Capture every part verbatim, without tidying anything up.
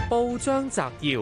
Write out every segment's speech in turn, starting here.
報章摘要：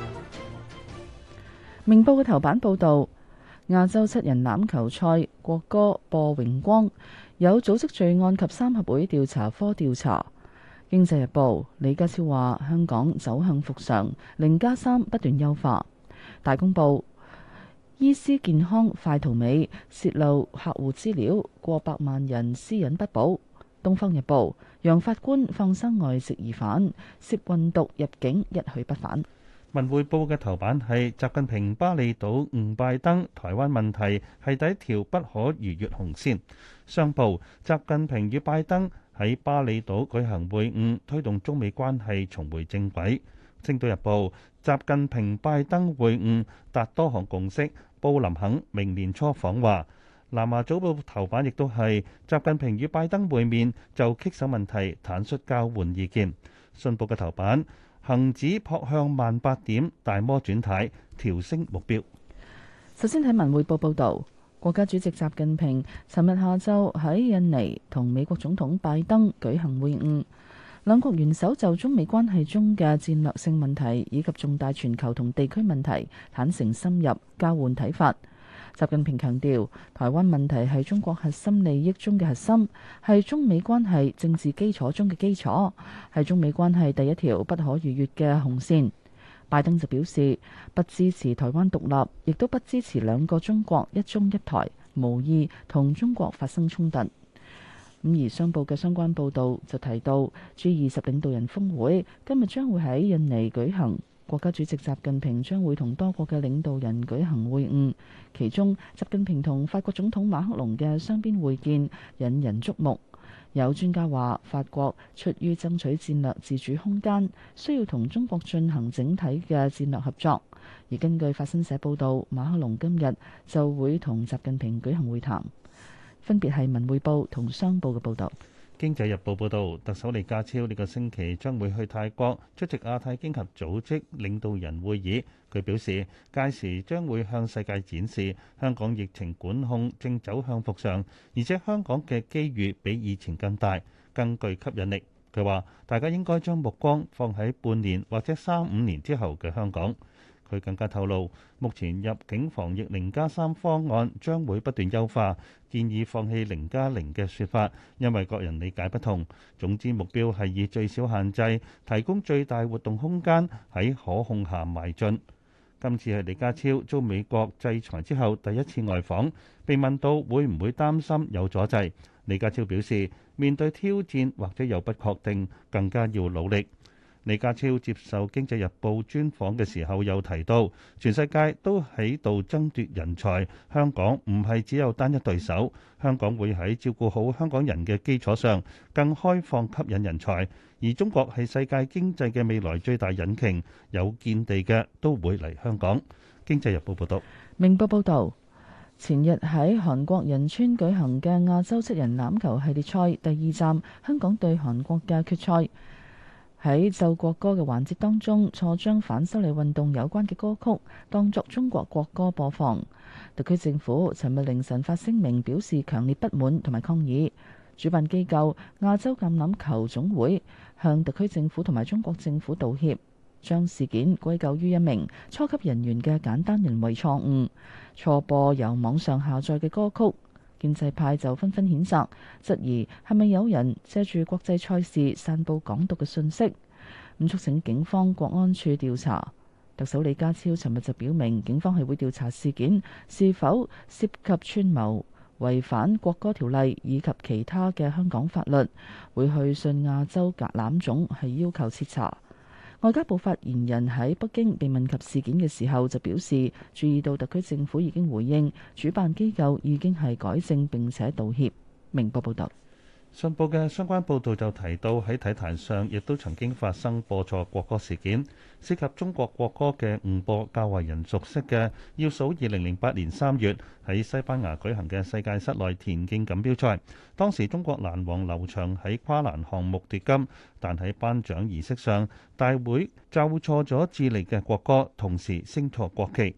明報嘅頭版報導，亞洲七人欖球賽國歌播榮光，有組織罪案及三合會調查科調查。經濟日報李家超話：香港走向復常，零加三不斷優化。大公報醫思健康快圖美泄露客戶資料，過百萬人私隱不保。東方日報楊法官放生外籍疑犯，涉運毒入境一去不返。 文匯報嘅頭版係習近平巴厘島晤拜登，台灣問題係第一條不可逾越紅線。商報習近平與拜登喺巴厘島舉行會晤，推動中美關係重回正軌。星島日報習近平拜登會晤達多項共識，布林肯明年初訪華。南華早報頭版亦都係習近平與拜登會面，就棘手問題坦率交換意見。信報嘅頭版，恒指撲向萬八點，大摩轉軚調升目標。 首先睇文匯報報導，國家主席習近平尋日下晝喺印尼同美國總統拜登舉行會晤，兩國元首就中美關係中嘅戰略性問題以及重大全球同地區問題坦誠深入交換睇法。習近平強調，台灣問題係中國核心利益中嘅核心，係中美關係政治基礎中嘅基礎，係中美關係第一條不可逾越嘅紅線。拜登就表示，不支持台灣獨立，亦都不支持兩個中國一中一台，無意同中國發生衝突。咁而商報嘅相關報導就提到，G 二十領導人峰會今日將會喺印尼舉行。國家主席習近平將會同多國嘅領導人舉行會晤，其中習近平同法國總統馬克龍嘅雙邊會見引人矚目。有專家話，法國出於爭取戰略自主空間，需要同中國進行整體嘅戰略合作。而根據法新社報導，馬克龍今日就會同習近平舉行會談。分別係文匯報同商報嘅報導。 經濟日報報導，特首李家超呢個星期將會去泰國出席亞太經合組織領導人會議。佢表示，屆時將會向世界展示香港疫情管控正走向復常，而且香港嘅機遇比以前更大、更具吸引力。佢話：大家應該將目光放喺半年或者三五年之後嘅香港。佢更加透露，目前入境防疫零加三方案將會不斷優化，建議放棄零加零嘅説法，因為各人理解不同。總之目標係以最少限制，提供最大活動空間，喺可控下邁進。今次係李家超遭美國制裁之後第一次外訪，被問到會唔會擔心有阻滯，李家超表示，面對挑戰或者有不確定，更加要努力。李家超接受《經濟日報》專訪嘅時候，又提到，全世界都喺度爭奪人才，香港唔係只有單一對手，香港會喺照顧好香港人嘅基礎上，更開放吸引人才。而中國係世界經濟嘅未來最大引擎，有見地嘅都會嚟香港。《經濟日報》報道。 明報報導，前日喺韓國仁川舉行嘅亞洲七人欖球系列賽第二站，香港對韓國嘅決賽。喺奏國歌嘅環節當中，錯將反修例運動有關嘅歌曲當作中國國歌播放。特區政府尋日凌晨發聲明表示強烈不滿同埋抗議。主辦機構亞洲橄欖球總會向特區政府同埋中國政府道歉，將事件歸咎於一名初級人員嘅簡單人為錯誤，錯播由網上下載嘅歌曲。建制派就紛紛譴責，質疑係咪有人借住國際賽事散佈港獨嘅信息，咁促請警方國安處調查。特首李家超尋日就表明，警方係會調查事件是否涉及串謀違反國歌條例以及其他嘅香港法律，會去信亞洲橄欖總係要求徹查。外交部發言人喺北京被問及事件嘅時候就表示，注意到特區政府已經回應，主辦機構已經係改正並且道歉。明報報道。 信報嘅相關報導就提到，喺體壇上亦都曾經發生播錯國歌事件，涉及中國國歌嘅誤播較為人熟悉嘅，要數二零零八年三月喺西班牙舉行嘅世界室內田徑錦標賽。當時中國欄王劉翔喺跨欄項目奪金，但喺頒獎儀式上，大會奏錯咗智利嘅國歌，同時升錯國旗。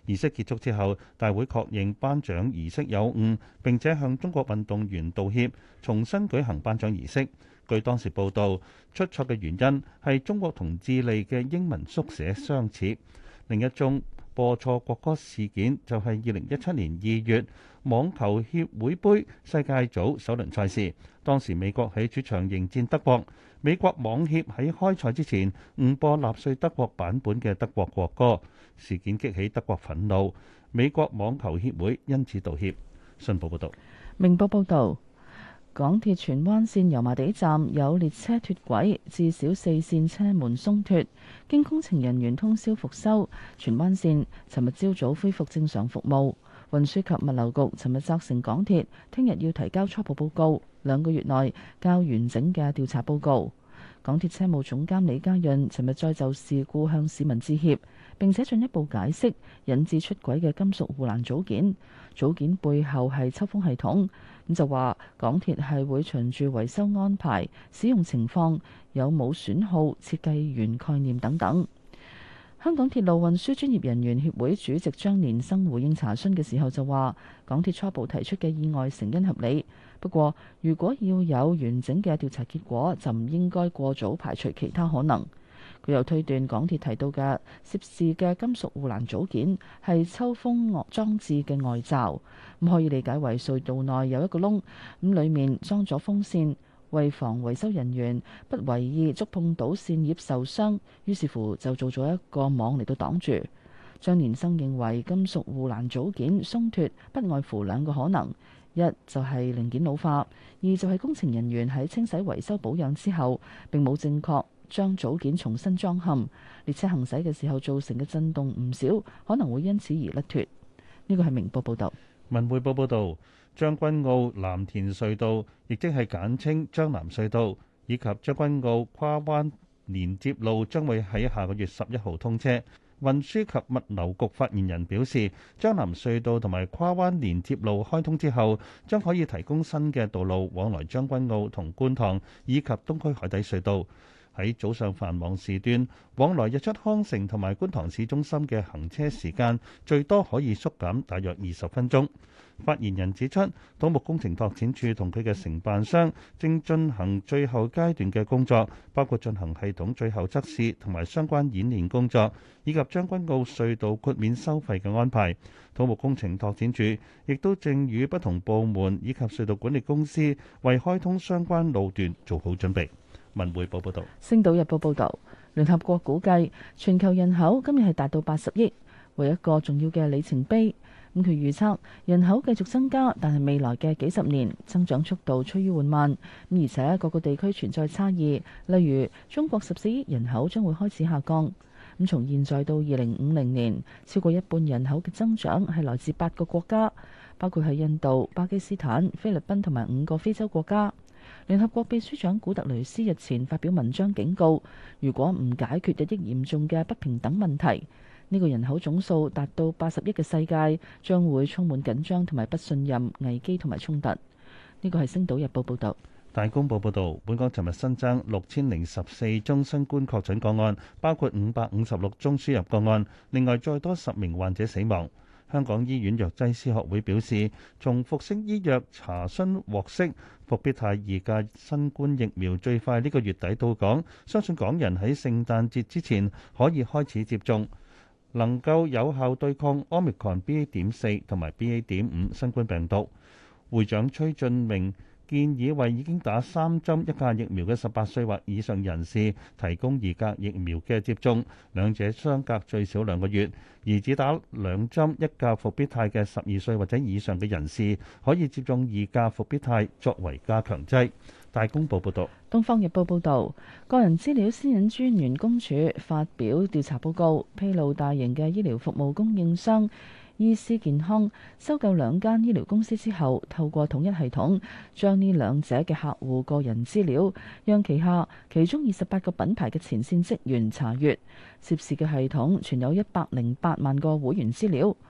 儀式結束之後，大會確認頒獎儀式有誤，並且向中國運動員道歉，重新舉行頒獎儀式。據當時報導，出錯嘅原因係中國同智利嘅英文縮寫相似。另一宗播錯國歌事件就係二零一七年二月網球協會杯世界組首輪賽事，當時美國喺主場迎戰德國，美國網協喺開賽之前誤播納粹德國版本嘅德國國歌，事件激起德國憤怒，美國網球協會因此道歉。信報報道。 明報報導。港鐵荃灣線油麻地站有列車脫軌，至少四線車門鬆脱，經工程人員通宵復修，荃灣線尋日朝早恢復正常服務。運輸及物流局尋日責成港鐵，聽日要提交初步報告，兩個月內較完整嘅調查報告。港鐵車務總監李家潤尋日再就事故向市民致歉，並且進一步解釋引致出軌嘅金屬護欄組件，組件背後係抽風系統。咁就話港鐵係會循住維修安排、使用情況、有冇損耗、設計原概念等等。香港鐵路運輸專業人員協會主席張連生回應查詢嘅時候就話，港鐵初步提出嘅意外成因合理，不過如果要有完整嘅調查結果，就唔應該過早排除其他可能。佢又推斷港鐵提到嘅涉事嘅金屬護欄組件係抽風裝置嘅外罩，咁可以理解為隧道內有一個窿，咁裡面裝咗風扇，為防維修人員不為意觸碰到扇葉受傷，於是乎就做咗一個網嚟到擋住。張連生認為金屬護欄組件鬆脱不外乎兩個可能，一就係零件老化，二就係工程人員喺清洗維修保養之後並冇正確將組件重新裝嵌，列車行駛嘅時候造成嘅震動唔少，可能會因此而甩脱。呢個係明報報導。 文匯報報導，將軍澳藍田隧道，亦即係簡稱將藍隧道，以及將軍澳跨灣連接路將會喺下個月十一號通車。運輸及物流局發言人表示，將藍隧道同埋跨灣連接路開通之後，將可以提供新嘅道路往來將軍澳同觀塘，以及東區海底隧道。喺早上繁忙時段，往來日出康城同埋觀塘市中心嘅行車時間最多可以縮減大約二十分鐘。發言人指出，土木工程拓展署同佢嘅承辦商正進行最後階段嘅工作，包括進行系統最後測試同埋相關演練工作，以及將軍澳隧道豁免收費嘅安排。土木工程拓展署亦都正與不同部門以及隧道管理公司為開通相關路段做好準備。文匯報報道。 星島日報報道，聯合國估計全球人口今日係達到八十億，為一個重要嘅里程碑。咁佢預測人口繼續增加，但係未來嘅幾十年增長速度趨於緩慢。咁而且各個地區存在差異，例如中國十四億人口將會開始下降。咁從現在到二零五零年，超過一半人口嘅增長係來自八個國家，包括係印度、巴基斯坦、菲律賓同埋五個非洲國家。聯合國秘書長古特雷斯日前發表文章警告，如果唔解決日益嚴重嘅不平等問題，呢個人口總數達到八十億嘅世界將會充滿緊張同埋不信任、危機同埋衝突。呢個係《星島日報》報導。 大公報報導，本港尋日新增六千零十四宗新冠確診個案，包括五百五十六宗輸入個案，另外再多十名患者死亡。香港醫院藥劑師學會表示，從復星醫藥查詢獲悉，復必泰二價新冠疫苗最快呢個月底到港，相信港人喺聖誕節之前可以開始接種，能夠有效對抗 Omicron B A 點四同埋 B A 點五新冠病毒。會長崔俊明建議為已經打三針一價疫苗嘅十八歲或以上人士提供二價疫苗嘅接種，兩者相隔最少兩個月。而只打兩針一價復必泰嘅十二歲或者以上嘅人士，可以接種二價復必泰作為加強劑。大公報報導。 《東方日報》報導，個人資料私隱專員公署發表調查報告，披露大型嘅醫療服務供應商醫思健康收購兩間醫療公司之後，透過統一系統將呢兩者嘅客戶個人資料，讓旗下其中二十八個品牌嘅前線職員查閱。涉事嘅系統存有一百零八萬個會員資料。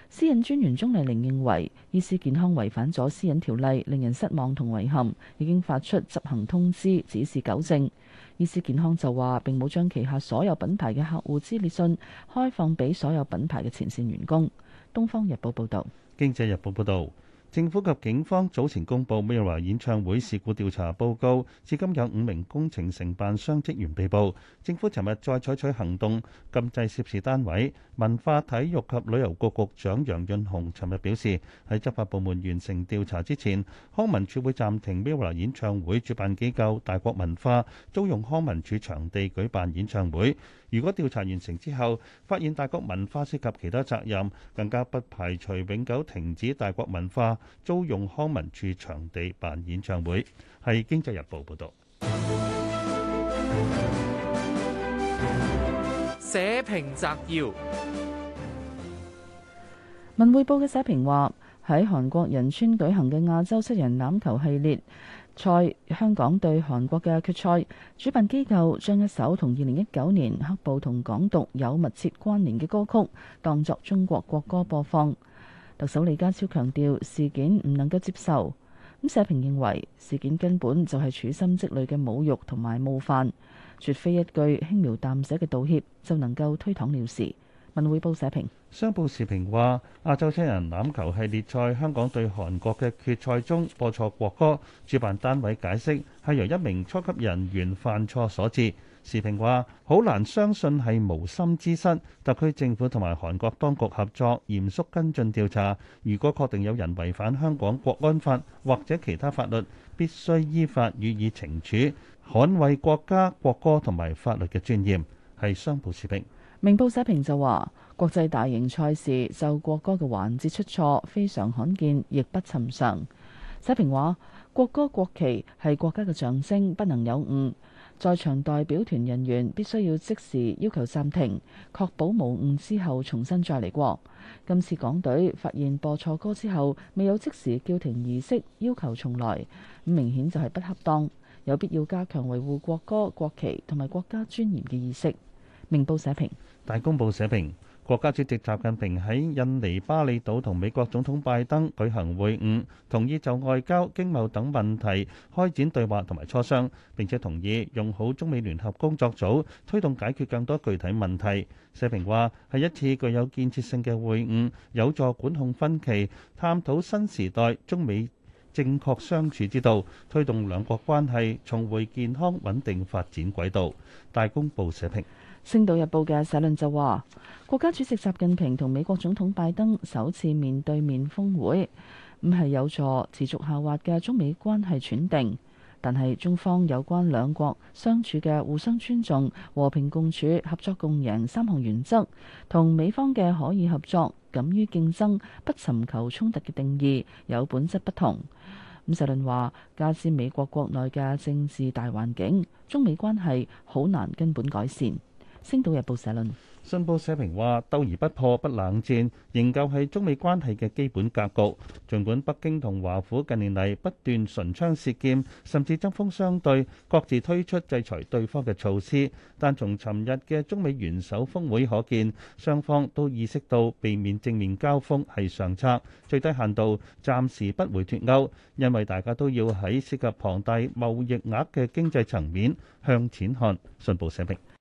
私隱專員鍾麗玲認為，醫思健康違反咗私隱條例，令人失望同遺憾，已經發出執行通知，指示糾正。醫思健康就話並冇將旗下所有品牌嘅客戶資料信開放俾所有品牌嘅前線員工。《東方日報》報導。 《經濟日報》報導。政府及警方早前公布 MIRROR 演唱會事故調查報告，至今有五名工程承辦商職員被捕。政府尋日再採取行動，禁制涉事單位。文化體育及旅遊局局長楊潤雄尋日表示，喺執法部門完成調查之前，康文署會暫停 MIRROR 演唱會主辦機構大國文化租用康文署場地舉辦演唱會。如果調查完成之後，發現大國文化涉及其他責任，更加不排除永久停止大國文化租用康文署場地辦演唱會。係《經濟日報》報導。 社評摘要： 文匯報嘅社評話，喺韓國仁川舉行嘅亞洲七人欖球系列賽，香港對韓國嘅決賽，主辦機構將一首同二零一九年黑暴同港獨有密切關聯嘅歌曲當作中國國歌播放。特首李家超強調事件唔能夠接受。咁社評認為事件根本就係處心積慮嘅侮辱同埋冒犯，絕非一句輕描淡寫嘅道歉就能夠推搪了事。文匯報社評。 商報時評話，亞洲七人欖球系列賽香港對韓國嘅決賽中播錯國歌，主辦單位解釋係由一名初級人員犯錯所致。時評話，好難相信係無心之失，特區政府同埋韓國當局合作，嚴肅跟進調查。如果確定有人違反香港國安法或者其他法律，必須依法予以懲處，捍衛國家國歌同埋法律嘅尊嚴。係商報時評。 明報社評就話，國際大型賽事就國歌嘅環節出錯，非常罕見，亦不尋常。社評話，國歌國旗係國家嘅象徵，不能有誤。在場代表團人員必須要即時要求暫停，確保無誤之後重新再嚟過。今次港隊發現播錯歌之後，未有即時叫停儀式，要求重來，咁明顯就係不恰當，有必要加強維護國歌、國旗同埋國家尊嚴嘅意識。明報社評。 大公報社評。國家主席習近平喺印尼巴厘島同美國總統拜登舉行會晤，同意就外交、經貿等問題開展對話同埋磋商，並且同意用好中美聯合工作組，推動解決更多具體問題。社評話係一次具有建設性嘅會晤，有助管控分歧，探討新時代中美正確相處之道，推動兩國關係重回健康穩定發展軌道。大公報社評。 《星島日報》嘅社論就話，國家主席習近平同美國總統拜登首次面對面峰會，唔係有助持續下滑嘅中美關係喘定。但係中方有關兩國相處嘅互相尊重、和平共處、合作共贏三項原則，同美方嘅可以合作、敢於競爭、不尋求衝突嘅定義有本質不同。咁社論話，加之美國國內嘅政治大環境，中美關係好難根本改善。星島日報社論。 信報社評話，鬥而不破不冷戰，仍舊係中美關係嘅基本格局。儘管北京同華府近年嚟不斷唇槍舌劍，甚至針鋒相對，各自推出制裁對方嘅措施，但從尋日嘅中美元首峰會可見，雙方都意識到避免正面交鋒係上策，最低限度暫時不會脫鈎，因為大家都要喺涉及龐大貿易額嘅經濟層面向前看。信報社評。